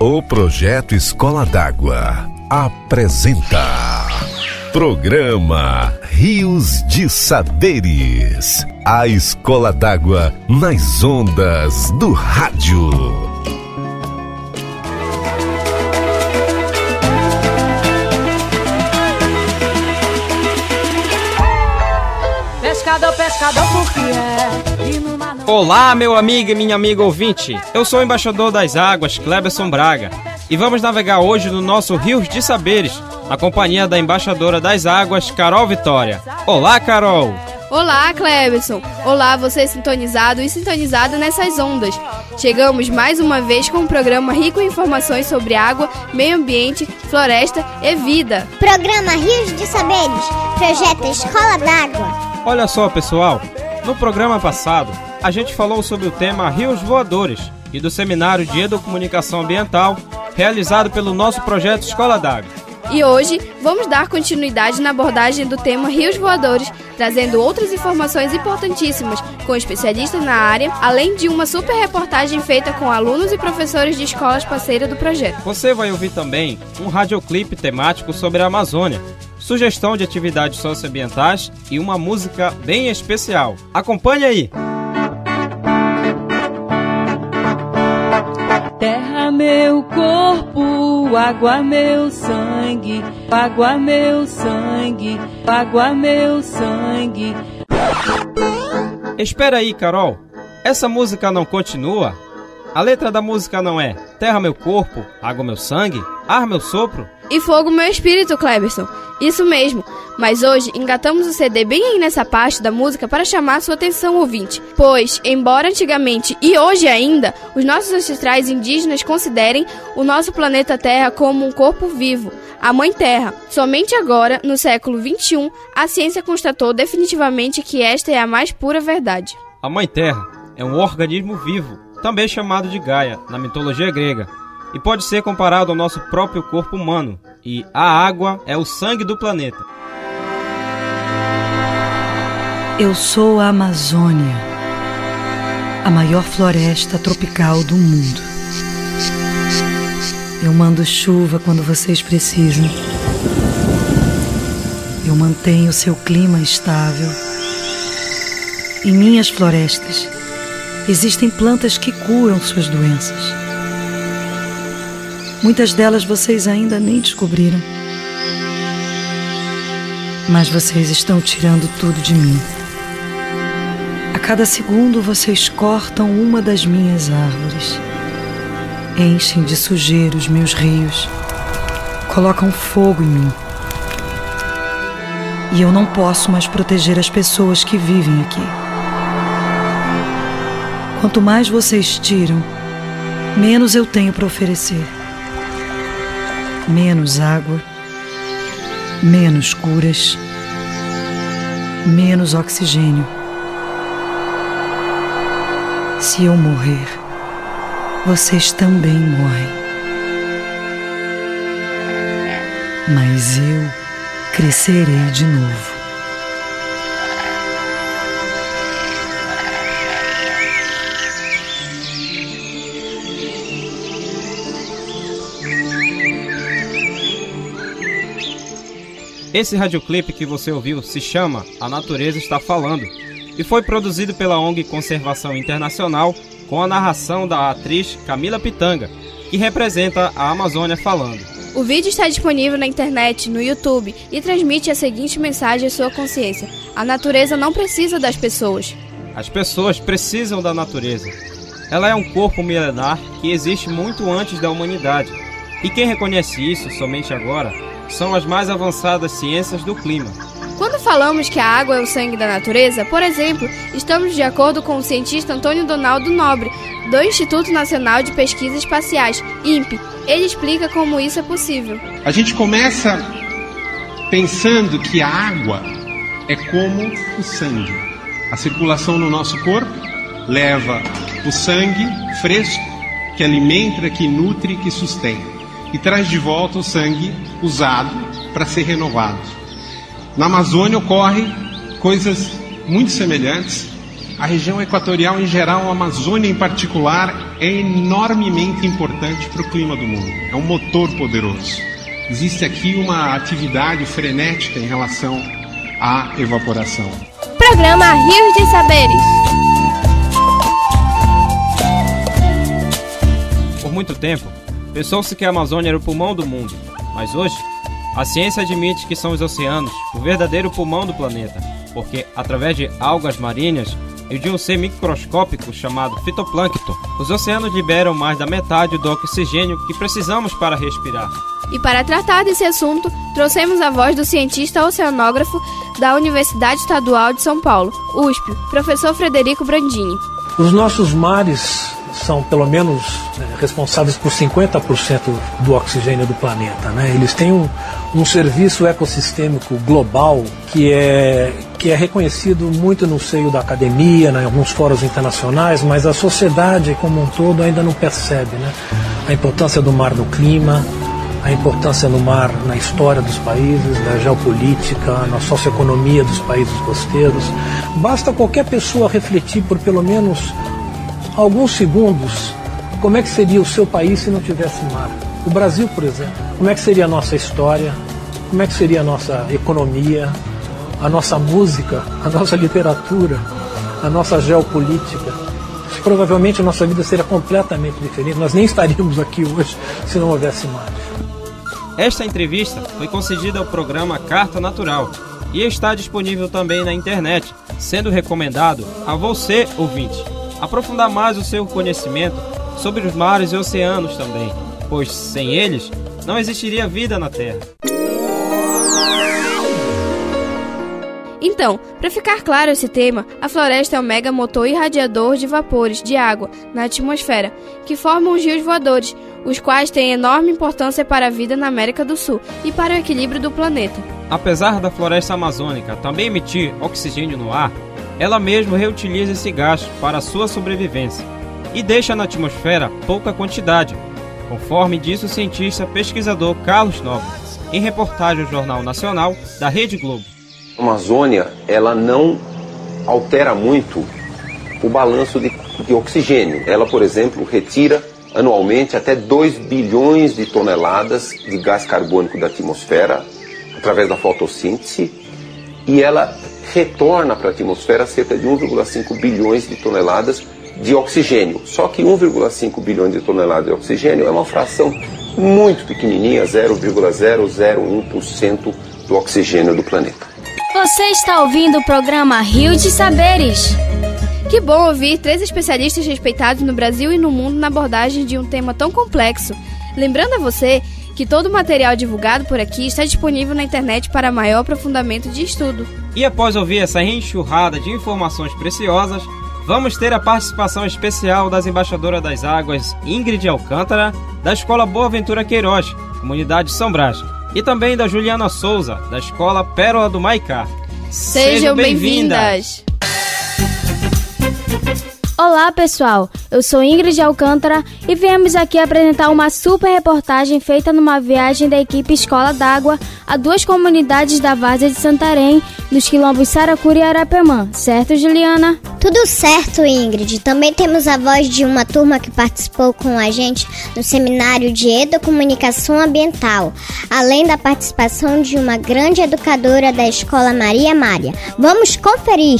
O Projeto Escola d'Água apresenta Programa Rios de Saberes. A Escola d'Água nas ondas do rádio. Pescador, porque é. Olá, meu amigo e minha amiga ouvinte. Eu sou o embaixador das águas, Cleberson Braga. E vamos navegar hoje no nosso Rios de Saberes, na companhia da embaixadora das águas, Carol Vitória. Olá, Carol! Olá, Cleberson! Olá, você sintonizado e sintonizada nessas ondas. Chegamos mais uma vez com um programa rico em informações sobre água, meio ambiente, floresta e vida. Programa Rios de Saberes, Projeto Escola d'Água. Olha só, pessoal, no programa passado, a gente falou sobre o tema Rios Voadores e do Seminário de Educomunicação Ambiental realizado pelo nosso projeto Escola d'Água. E hoje vamos dar continuidade na abordagem do tema Rios Voadores, trazendo outras informações importantíssimas com especialistas na área, além de uma super reportagem feita com alunos e professores de escolas parceiras do projeto. Você vai ouvir também um radioclipe temático sobre a Amazônia, sugestão de atividades socioambientais e uma música bem especial. Acompanhe aí! Terra, meu corpo, água, meu sangue, água, meu sangue, água, meu sangue. Espera aí, Carol. Essa música não continua? A letra da música não é terra, meu corpo, água, meu sangue, ar, meu sopro? E fogo, meu espírito, Cleberson. Isso mesmo. Mas hoje engatamos o CD bem aí nessa parte da música para chamar sua atenção, ouvinte. Pois, embora antigamente e hoje ainda, os nossos ancestrais indígenas considerem o nosso planeta Terra como um corpo vivo, a Mãe Terra. Somente agora, no século XXI, a ciência constatou definitivamente que esta é a mais pura verdade. A Mãe Terra é um organismo vivo, também chamado de Gaia, na mitologia grega, e pode ser comparado ao nosso próprio corpo humano, e a água é o sangue do planeta. Eu sou a Amazônia, a maior floresta tropical do mundo. Eu mando chuva quando vocês precisam. Eu mantenho seu clima estável. Em minhas florestas existem plantas que curam suas doenças. Muitas delas vocês ainda nem descobriram. Mas vocês estão tirando tudo de mim. A cada segundo vocês cortam uma das minhas árvores. Enchem de sujeira os meus rios. Colocam fogo em mim. E eu não posso mais proteger as pessoas que vivem aqui. Quanto mais vocês tiram, menos eu tenho para oferecer. Menos água, menos curas, menos oxigênio. Se eu morrer, vocês também morrem. Mas eu crescerei de novo. Esse radioclipe que você ouviu se chama A Natureza Está Falando e foi produzido pela ONG Conservação Internacional com a narração da atriz Camila Pitanga, que representa a Amazônia falando. O vídeo está disponível na internet, no YouTube, e transmite a seguinte mensagem à sua consciência: a natureza não precisa das pessoas. As pessoas precisam da natureza. Ela é um corpo milenar que existe muito antes da humanidade. E quem reconhece isso somente agora são as mais avançadas ciências do clima. Quando falamos que a água é o sangue da natureza, por exemplo, estamos de acordo com o cientista Antônio Donaldo Nobre, do Instituto Nacional de Pesquisas Espaciais, INPE. Ele explica como isso é possível. A gente começa pensando que a água é como o sangue. A circulação no nosso corpo leva o sangue fresco, que alimenta, que nutre, que sustém, e traz de volta o sangue usado para ser renovado. Na Amazônia ocorrem coisas muito semelhantes a região equatorial em geral, a Amazônia em particular, é enormemente importante para o clima do mundo. É um motor poderoso. Existe aqui uma atividade frenética em relação à evaporação. Programa Rios de Saberes. Por muito tempo, pensou-se que a Amazônia era o pulmão do mundo, mas hoje, a ciência admite que são os oceanos o verdadeiro pulmão do planeta, porque, através de algas marinhas e de um ser microscópico chamado fitoplâncton, os oceanos liberam mais da metade do oxigênio que precisamos para respirar. E para tratar desse assunto, trouxemos a voz do cientista oceanógrafo da Universidade Estadual de São Paulo, USP, professor Frederico Brandini. Os nossos mares são pelo menos responsáveis por 50% do oxigênio do planeta, né? Eles têm um serviço ecossistêmico global que é reconhecido muito no seio da academia, em alguns fóruns internacionais, mas a sociedade como um todo ainda não percebe, né? A importância do mar no clima, a importância do mar na história dos países, na geopolítica, na socioeconomia dos países costeiros. Basta qualquer pessoa refletir por pelo menos alguns segundos como é que seria o seu país se não tivesse mar. O Brasil, por exemplo, como é que seria a nossa história, como é que seria a nossa economia, a nossa música, a nossa literatura, a nossa geopolítica. Provavelmente a nossa vida seria completamente diferente. Nós nem estaríamos aqui hoje se não houvesse mar. Esta entrevista foi concedida ao programa Carta Natural e está disponível também na internet, sendo recomendado a você, ouvinte, aprofundar mais o seu conhecimento sobre os mares e oceanos também, pois sem eles não existiria vida na Terra. Então, para ficar claro esse tema, a floresta é um mega motor irradiador de vapores de água na atmosfera, que formam os rios voadores, os quais têm enorme importância para a vida na América do Sul e para o equilíbrio do planeta. Apesar da floresta amazônica também emitir oxigênio no ar, ela mesma reutiliza esse gás para a sua sobrevivência e deixa na atmosfera pouca quantidade, conforme disse o cientista pesquisador Carlos Nobre, em reportagem ao Jornal Nacional da Rede Globo. A Amazônia, ela não altera muito o balanço de oxigênio. Ela, por exemplo, retira anualmente até 2 bilhões de toneladas de gás carbônico da atmosfera através da fotossíntese, e ela retorna para a atmosfera cerca de 1,5 bilhões de toneladas de oxigênio. Só que 1,5 bilhões de toneladas de oxigênio é uma fração muito pequenininha, 0,001% do oxigênio do planeta. Você está ouvindo o programa Rios de Saberes. Que bom ouvir 3 especialistas respeitados no Brasil e no mundo na abordagem de um tema tão complexo. Lembrando a você que todo o material divulgado por aqui está disponível na internet para maior aprofundamento de estudo. E após ouvir essa enxurrada de informações preciosas, vamos ter a participação especial das embaixadoras das águas Ingrid Alcântara, da Escola Boa Ventura Queiroz, Comunidade São Brás, e também da Juliana Souza, da Escola Pérola do Maicá. Sejam bem-vindas! Olá pessoal, eu sou Ingrid Alcântara e viemos aqui apresentar uma super reportagem feita numa viagem da equipe Escola d'Água a 2 comunidades da Várzea de Santarém, nos quilombos Saracura e Arapemã, certo Juliana? Tudo certo, Ingrid. Também temos a voz de uma turma que participou com a gente no seminário de Educomunicação Ambiental, além da participação de uma grande educadora da Escola Maria Mária. Vamos conferir!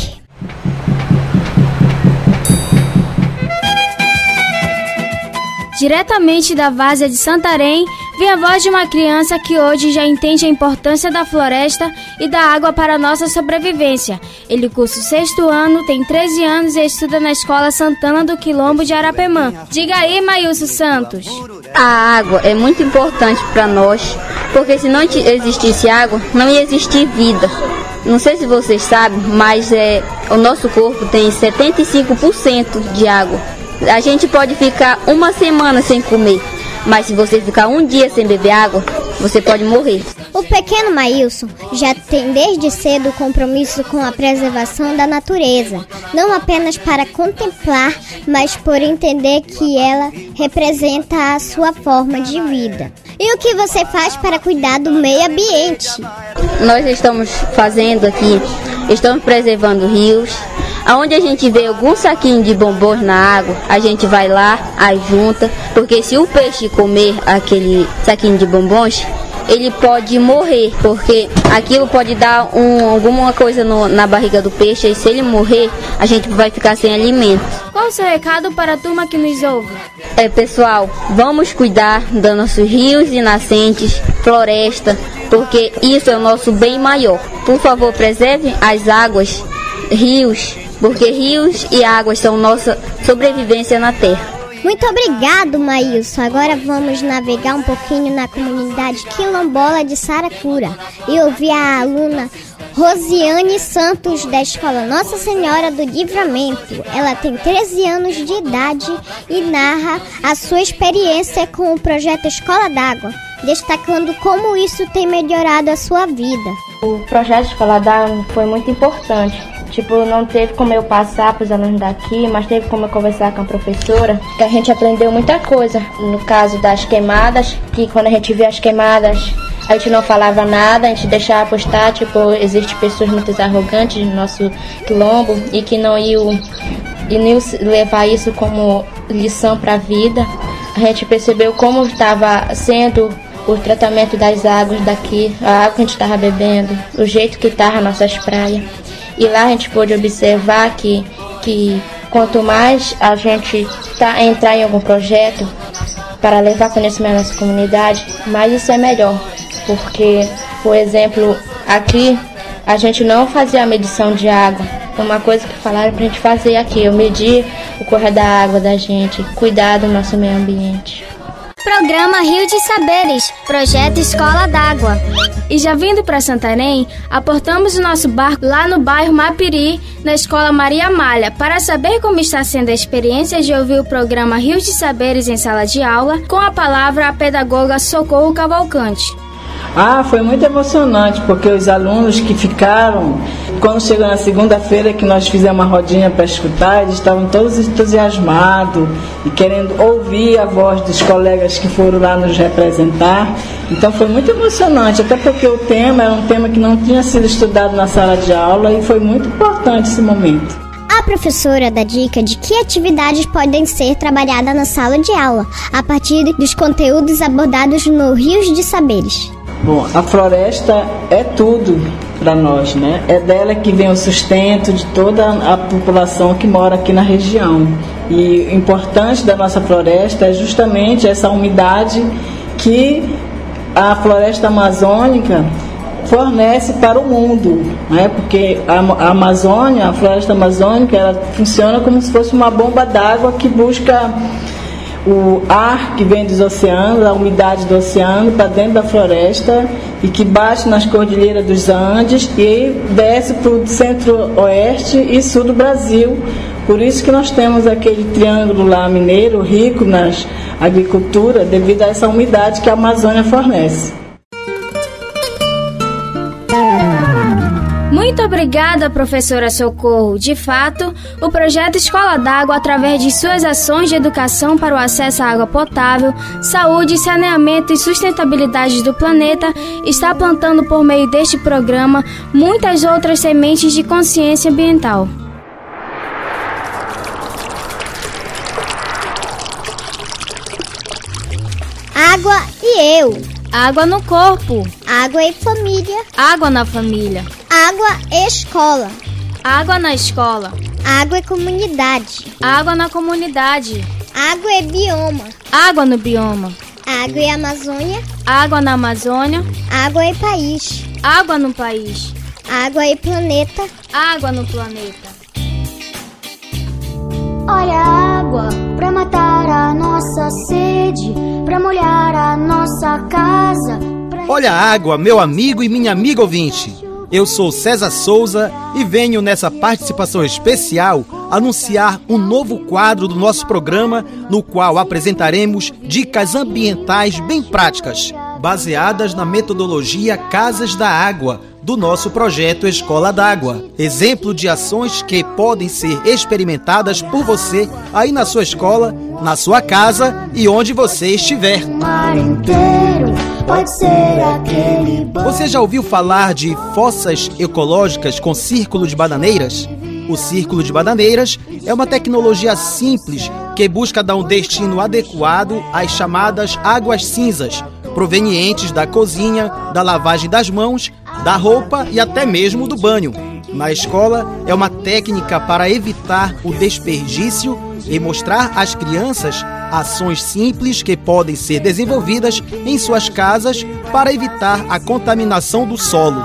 Diretamente da Várzea de Santarém, vem a voz de uma criança que hoje já entende a importância da floresta e da água para a nossa sobrevivência. Ele cursa o 6º ano, tem 13 anos e estuda na Escola Santana do Quilombo de Arapemã. Diga aí, Maílson Santos. A água é muito importante para nós, porque se não existisse água, não ia existir vida. Não sei se vocês sabem, mas o nosso corpo tem 75% de água. A gente pode ficar uma semana sem comer, mas se você ficar um dia sem beber água, você pode morrer. O pequeno Maílson já tem desde cedo compromisso com a preservação da natureza, não apenas para contemplar, mas por entender que ela representa a sua forma de vida. E o que você faz para cuidar do meio ambiente? Nós estamos fazendo aqui, estamos preservando rios, Aonde a gente vê algum saquinho de bombons na água, a gente vai lá, aí junta, porque se o peixe comer aquele saquinho de bombons, ele pode morrer, porque aquilo pode dar alguma coisa na barriga do peixe, e se ele morrer, a gente vai ficar sem alimento. Qual o seu recado para a turma que nos ouve? Pessoal, vamos cuidar dos nossos rios e nascentes, floresta, porque isso é o nosso bem maior. Por favor, preservem as águas, rios, porque rios e águas são nossa sobrevivência na terra. Muito obrigado, Maílson. Agora vamos navegar um pouquinho na comunidade quilombola de Saracura e ouvir a aluna Rosiane Santos, da escola Nossa Senhora do Livramento. Ela tem 13 anos de idade e narra a sua experiência com o projeto Escola d'Água, destacando como isso tem melhorado a sua vida. O projeto Escola d'Água foi muito importante. Não teve como eu passar para os alunos daqui, mas teve como eu conversar com a professora, que a gente aprendeu muita coisa. No caso das queimadas, que quando a gente via as queimadas, a gente não falava nada, a gente deixava postar, existem pessoas muito arrogantes no nosso quilombo e que não iam levar isso como lição para a vida. A gente percebeu como estava sendo o tratamento das águas daqui, a água que a gente estava bebendo, o jeito que estava nossas praias. E lá a gente pôde observar que quanto mais a gente entrar em algum projeto para levar conhecimento à nossa comunidade, mais isso é melhor. Porque, por exemplo, aqui a gente não fazia a medição de água. Uma coisa que falaram para a gente fazer aqui, eu medir o correr da água da gente, cuidar do nosso meio ambiente. Programa Rio de Saberes, Projeto Escola d'Água. E já vindo para Santarém, aportamos o nosso barco lá no bairro Mapiri, na Escola Maria Amália, para saber como está sendo a experiência de ouvir o programa Rio de Saberes em sala de aula, com a palavra a pedagoga Socorro Cavalcante. Foi muito emocionante, porque os alunos que ficaram, quando chegou na segunda-feira que nós fizemos uma rodinha para escutar, eles estavam todos entusiasmados e querendo ouvir a voz dos colegas que foram lá nos representar. Então foi muito emocionante, até porque o tema era um tema que não tinha sido estudado na sala de aula e foi muito importante esse momento. A professora dá dica de que atividades podem ser trabalhadas na sala de aula, a partir dos conteúdos abordados no Rios de Saberes. Bom, a floresta é tudo para nós, né? É dela que vem o sustento de toda a população que mora aqui na região. E o importante da nossa floresta é justamente essa umidade que a floresta amazônica fornece para o mundo, né? Porque a Amazônia, a floresta amazônica, ela funciona como se fosse uma bomba d'água que busca o ar que vem dos oceanos, a umidade do oceano para dentro da floresta e que bate nas cordilheiras dos Andes e desce para o centro-oeste e sul do Brasil. Por isso que nós temos aquele triângulo lá mineiro rico na agricultura devido a essa umidade que a Amazônia fornece. Muito obrigada, professora Socorro. De fato, o projeto Escola d'Água, através de suas ações de educação para o acesso à água potável, saúde, saneamento e sustentabilidade do planeta, está plantando por meio deste programa muitas outras sementes de consciência ambiental. Água e eu. Água no corpo. Água e família. Água na família. Água e escola. Água na escola. Água e comunidade. Água na comunidade. Água e bioma. Água no bioma. Água e Amazônia. Água na Amazônia. Água e país. Água no país. Água e planeta. Água no planeta. Olha a água pra matar a nossa sede, pra molhar a nossa casa. Olha a água, meu amigo e minha amiga ouvinte. Eu sou César Souza e venho nessa participação especial anunciar um novo quadro do nosso programa, no qual apresentaremos dicas ambientais bem práticas, baseadas na metodologia Casas da Água, do nosso projeto Escola d'Água. Exemplo de ações que podem ser experimentadas por você aí na sua escola, na sua casa e onde você estiver. Você já ouviu falar de fossas ecológicas com círculo de bananeiras? O Círculo de Bananeiras é uma tecnologia simples que busca dar um destino adequado às chamadas águas cinzas, provenientes da cozinha, da lavagem das mãos, da roupa e até mesmo do banho. Na escola, é uma técnica para evitar o desperdício e mostrar às crianças ações simples que podem ser desenvolvidas em suas casas para evitar a contaminação do solo.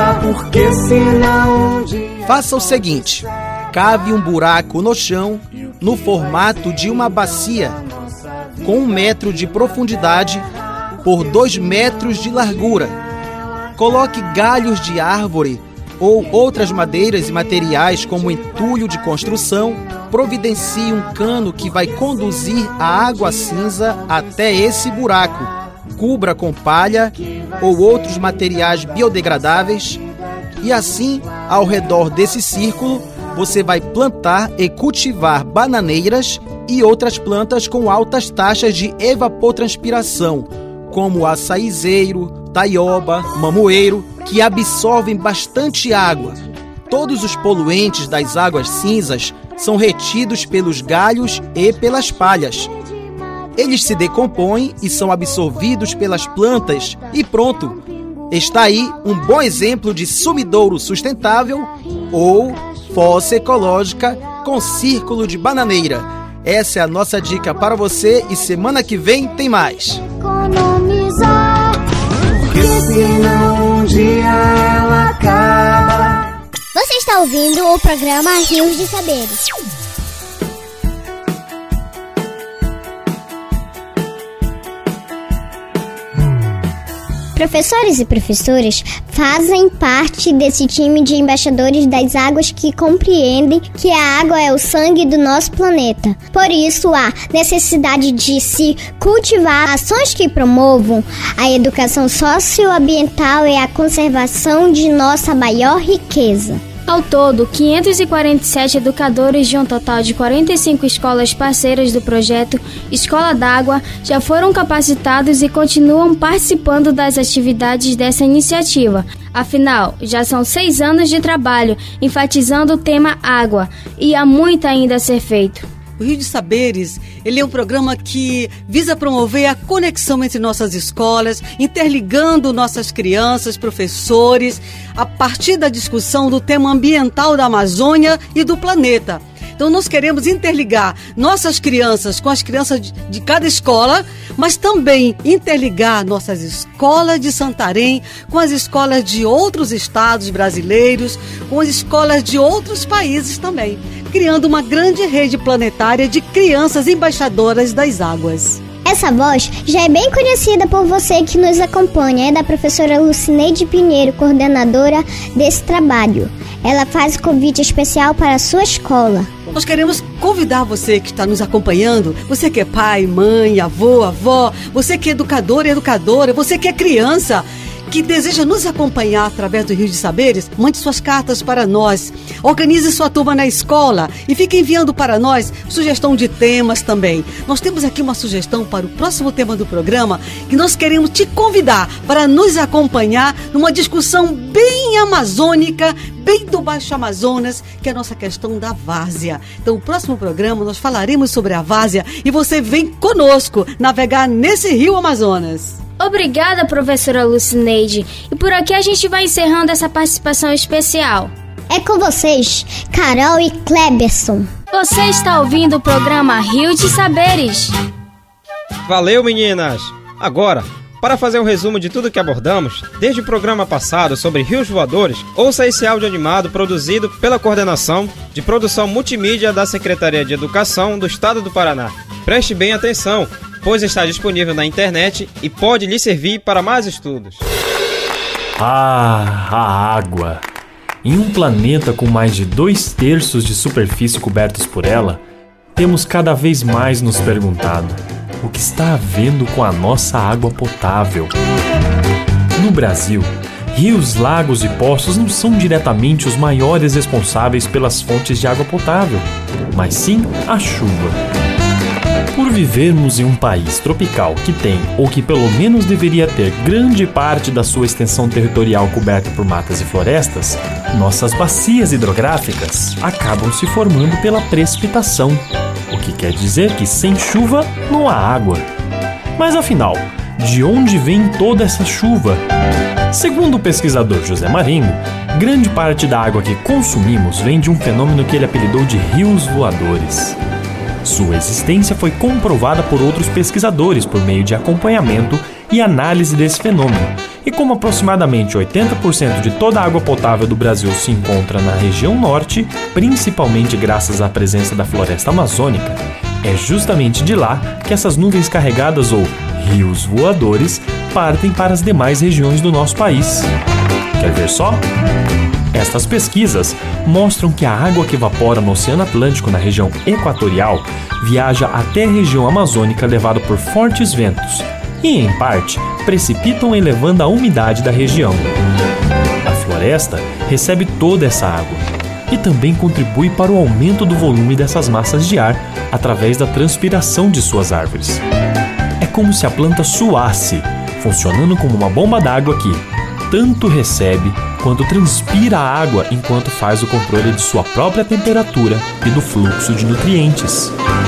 Faça o seguinte: cave um buraco no chão no formato de uma bacia com 1 metro de profundidade por 2 metros de largura. Coloque galhos de árvore ou outras madeiras e materiais como entulho de construção. Providencie um cano que vai conduzir a água cinza até esse buraco. Cubra com palha ou outros materiais biodegradáveis. E assim, ao redor desse círculo, você vai plantar e cultivar bananeiras e outras plantas com altas taxas de evapotranspiração, como açaizeiro, taioba, mamoeiro, que absorvem bastante água. Todos os poluentes das águas cinzas são retidos pelos galhos e pelas palhas. Eles se decompõem e são absorvidos pelas plantas e pronto! Está aí um bom exemplo de sumidouro sustentável ou fossa ecológica com círculo de bananeira. Essa é a nossa dica para você e semana que vem tem mais. Economizar, porque senão um dia ela acaba. Você está ouvindo o programa Rios de Saberes. Professores e professoras fazem parte desse time de embaixadores das águas que compreendem que a água é o sangue do nosso planeta. Por isso, há necessidade de se cultivar ações que promovam a educação socioambiental e a conservação de nossa maior riqueza. Ao todo, 547 educadores de um total de 45 escolas parceiras do projeto Escola d'Água já foram capacitados e continuam participando das atividades dessa iniciativa. Afinal, já são 6 anos de trabalho enfatizando o tema água e há muito ainda a ser feito. O Rio de Saberes, ele é um programa que visa promover a conexão entre nossas escolas, interligando nossas crianças, professores, a partir da discussão do tema ambiental da Amazônia e do planeta. Então nós queremos interligar nossas crianças com as crianças de cada escola, mas também interligar nossas escolas de Santarém com as escolas de outros estados brasileiros, com as escolas de outros países também, criando uma grande rede planetária de crianças embaixadoras das águas. Essa voz já é bem conhecida por você que nos acompanha, é da professora Lucineide Pinheiro, coordenadora desse trabalho. Ela faz convite especial para a sua escola. Nós queremos convidar você que está nos acompanhando, você que é pai, mãe, avô, avó, você que é educador e educadora, você que é criança, que deseja nos acompanhar através do Rio de Saberes, mande suas cartas para nós. Organize sua turma na escola e fique enviando para nós sugestão de temas também. Nós temos aqui uma sugestão para o próximo tema do programa que nós queremos te convidar para nos acompanhar numa discussão bem amazônica, bem do Baixo Amazonas, que é a nossa questão da várzea. Então, no próximo programa nós falaremos sobre a várzea e você vem conosco navegar nesse rio Amazonas. Obrigada, professora Lucineide. E por aqui a gente vai encerrando essa participação especial. É com vocês, Carol e Kleberson. Você está ouvindo o programa Rio de Saberes. Valeu, meninas! Agora, para fazer um resumo de tudo que abordamos, desde o programa passado sobre rios voadores, ouça esse áudio animado produzido pela Coordenação de Produção Multimídia da Secretaria de Educação do Estado do Paraná. Preste bem atenção, pois está disponível na internet e pode lhe servir para mais estudos. Ah, a água! Em um planeta com mais de 2/3 de superfície cobertos por ela, temos cada vez mais nos perguntado: o que está havendo com a nossa água potável? No Brasil, rios, lagos e poços não são diretamente os maiores responsáveis pelas fontes de água potável, mas sim a chuva. Por vivermos em um país tropical que tem, ou que pelo menos deveria ter, grande parte da sua extensão territorial coberta por matas e florestas, nossas bacias hidrográficas acabam se formando pela precipitação, o que quer dizer que sem chuva não há água. Mas afinal, de onde vem toda essa chuva? Segundo o pesquisador José Marinho, grande parte da água que consumimos vem de um fenômeno que ele apelidou de rios voadores. Sua existência foi comprovada por outros pesquisadores por meio de acompanhamento e análise desse fenômeno. E como aproximadamente 80% de toda a água potável do Brasil se encontra na região norte, principalmente graças à presença da floresta amazônica, é justamente de lá que essas nuvens carregadas ou rios voadores partem para as demais regiões do nosso país. Quer ver só? Estas pesquisas mostram que a água que evapora no Oceano Atlântico na região equatorial viaja até a região amazônica levada por fortes ventos e, em parte, precipitam elevando a umidade da região. A floresta recebe toda essa água e também contribui para o aumento do volume dessas massas de ar através da transpiração de suas árvores. É como se a planta suasse, funcionando como uma bomba d'água que tanto recebe quanto transpira a água enquanto faz o controle de sua própria temperatura e do fluxo de nutrientes.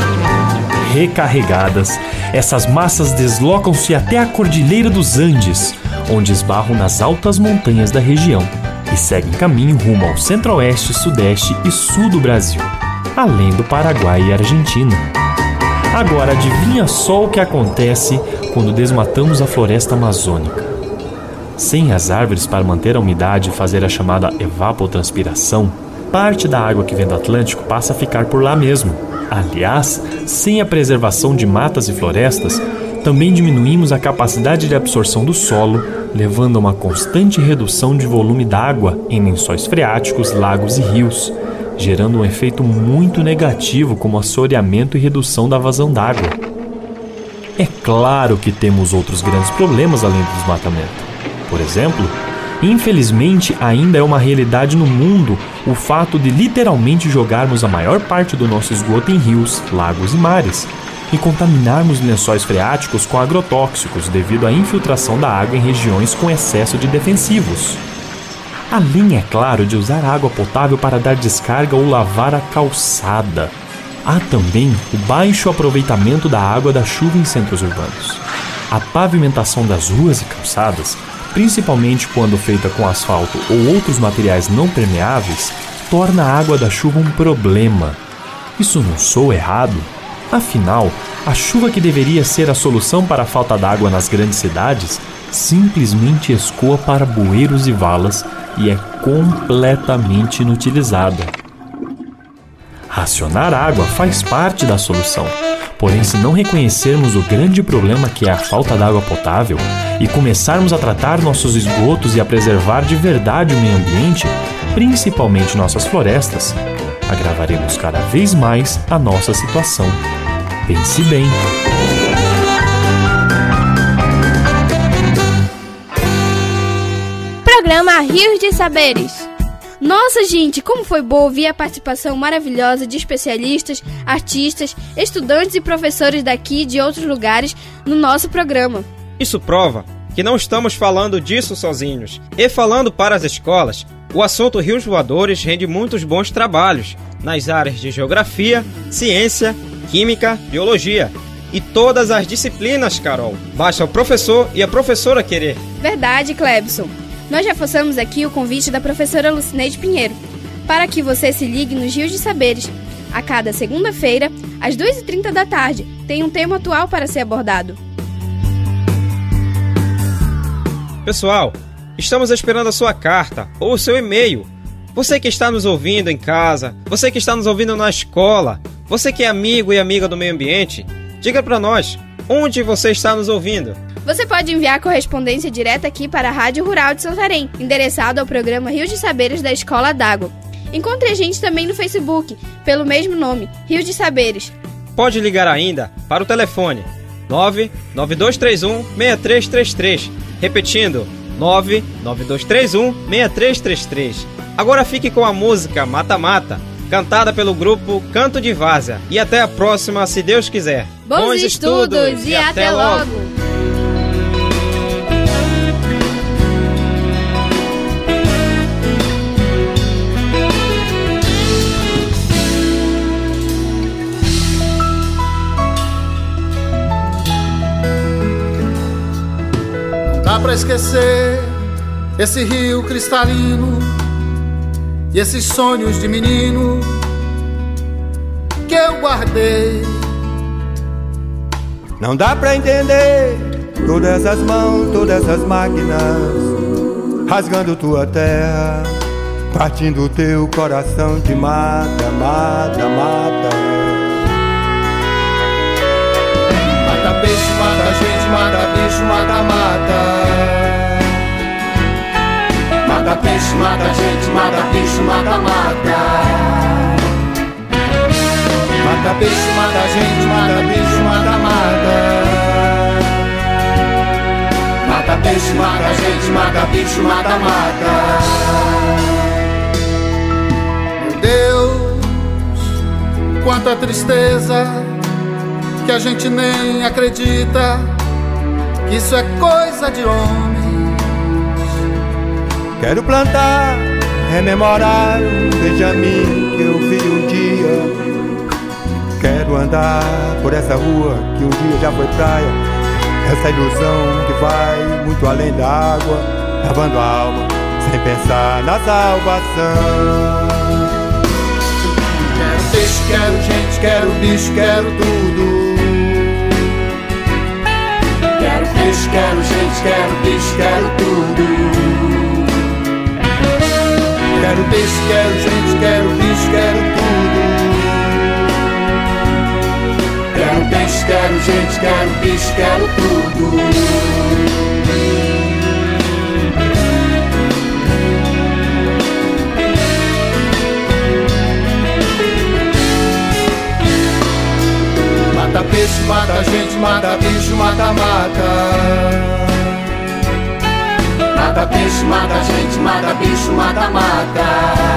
Recarregadas, essas massas deslocam-se até a Cordilheira dos Andes, onde esbarram nas altas montanhas da região e seguem caminho rumo ao centro-oeste, sudeste e sul do Brasil, além do Paraguai e Argentina. Agora adivinha só o que acontece quando desmatamos a floresta amazônica. Sem as árvores para manter a umidade e fazer a chamada evapotranspiração, parte da água que vem do Atlântico passa a ficar por lá mesmo. Aliás, sem a preservação de matas e florestas, também diminuímos a capacidade de absorção do solo, levando a uma constante redução de volume d'água em lençóis freáticos, lagos e rios, gerando um efeito muito negativo como assoreamento e redução da vazão d'água. É claro que temos outros grandes problemas além do desmatamento. Por exemplo, infelizmente ainda é uma realidade no mundo o fato de literalmente jogarmos a maior parte do nosso esgoto em rios, lagos e mares e contaminarmos lençóis freáticos com agrotóxicos devido à infiltração da água em regiões com excesso de defensivos. Além, é claro, de usar água potável para dar descarga ou lavar a calçada. Há também o baixo aproveitamento da água da chuva em centros urbanos. A pavimentação das ruas e calçadas, principalmente quando feita com asfalto ou outros materiais não permeáveis, torna a água da chuva um problema. Isso não soa errado? Afinal, a chuva que deveria ser a solução para a falta d'água nas grandes cidades simplesmente escoa para bueiros e valas e é completamente inutilizada. Racionar água faz parte da solução. Porém, se não reconhecermos o grande problema que é a falta d'água potável e começarmos a tratar nossos esgotos e a preservar de verdade o meio ambiente, principalmente nossas florestas, agravaremos cada vez mais a nossa situação. Pense bem. Programa Rios de Saberes. Nossa, gente, como foi bom ouvir a participação maravilhosa de especialistas, artistas, estudantes e professores daqui e de outros lugares no nosso programa. Isso prova que não estamos falando disso sozinhos. E falando para as escolas, o assunto Rios Voadores rende muitos bons trabalhos nas áreas de geografia, ciência, química, biologia e todas as disciplinas, Carol. Basta o professor e a professora querer. Verdade, Clebson. Nós já façamos aqui o convite da professora Lucineide Pinheiro, para que você se ligue nos Rios de Saberes. A cada segunda-feira, às 2h30 da tarde, tem um tema atual para ser abordado. Pessoal, estamos esperando a sua carta ou o seu e-mail. Você que está nos ouvindo em casa, você que está nos ouvindo na escola, você que é amigo e amiga do meio ambiente, diga para nós, onde você está nos ouvindo? Você pode enviar correspondência direta aqui para a Rádio Rural de Santarém, endereçado ao programa Rios de Saberes da Escola d'Água. Encontre a gente também no Facebook, pelo mesmo nome, Rios de Saberes. Pode ligar ainda para o telefone 99231-6333. Repetindo, 99231-6333. Agora fique com a música Mata Mata, cantada pelo grupo Canto de Várzea. E até a próxima, se Deus quiser. Bons estudos e até logo! Dá pra esquecer esse rio cristalino e esses sonhos de menino que eu guardei. Não dá pra entender todas essas mãos, todas essas máquinas rasgando tua terra, partindo teu coração de mata, mata, mata. Mata peixe, mata gente, mata bicho, mata, mata. Mata peixe, mata gente, mata bicho, mata, mata. Mata peixe, mata gente, mata bicho, mata, mata. Mata peixe, mata gente, mata bicho, mata, mata. Meu Deus, quanta tristeza, que a gente nem acredita que isso é coisa de homens. Quero plantar, rememorar um Benjamin que eu vi um dia. Quero andar por essa rua que um dia já foi praia. Essa ilusão que vai muito além da água, lavando a alma sem pensar na salvação. Quero peixe, quero gente, quero bicho, quero tudo. Quero peixe, quero gente, quero bicho, quero tudo. Quero peixe, quero gente, quero bicho, quero tudo. Quero peixe, quero gente, quero bicho, quero tudo. Mata peixe, mata gente, mata bicho, mata, mata. Mata peixe, mata gente, mata bicho, mata, mata.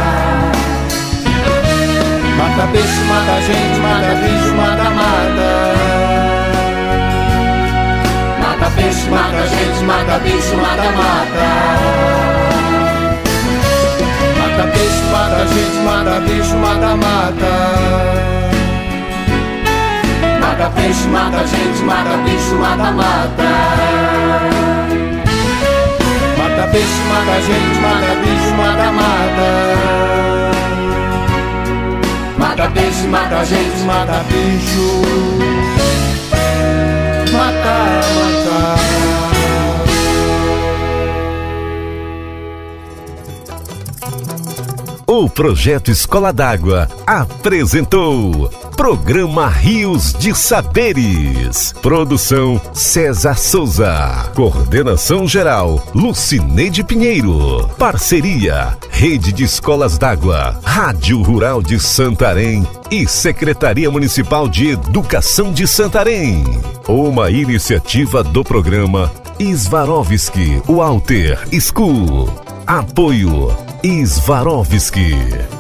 Mata peixe, mata gente, mata bicho, mata, mata. Mata peixe, mata gente, mata bicho, mata, mata. Mata peixe, mata gente, mata bicho, mata, mata. Mata peixe, mata gente, mata bicho, mata, mata. Mata peixe, mata gente, mata bicho, mata, mata. Mata peixe, mata gente, mata bicho, mata, mata. O Projeto Escola d'Água apresentou Programa Rios de Saberes. Produção César Souza. Coordenação geral Lucineide Pinheiro. Parceria Rede de Escolas d'Água, Rádio Rural de Santarém e Secretaria Municipal de Educação de Santarém. Uma iniciativa do programa Swarovski Walter School. Apoio Swarovski.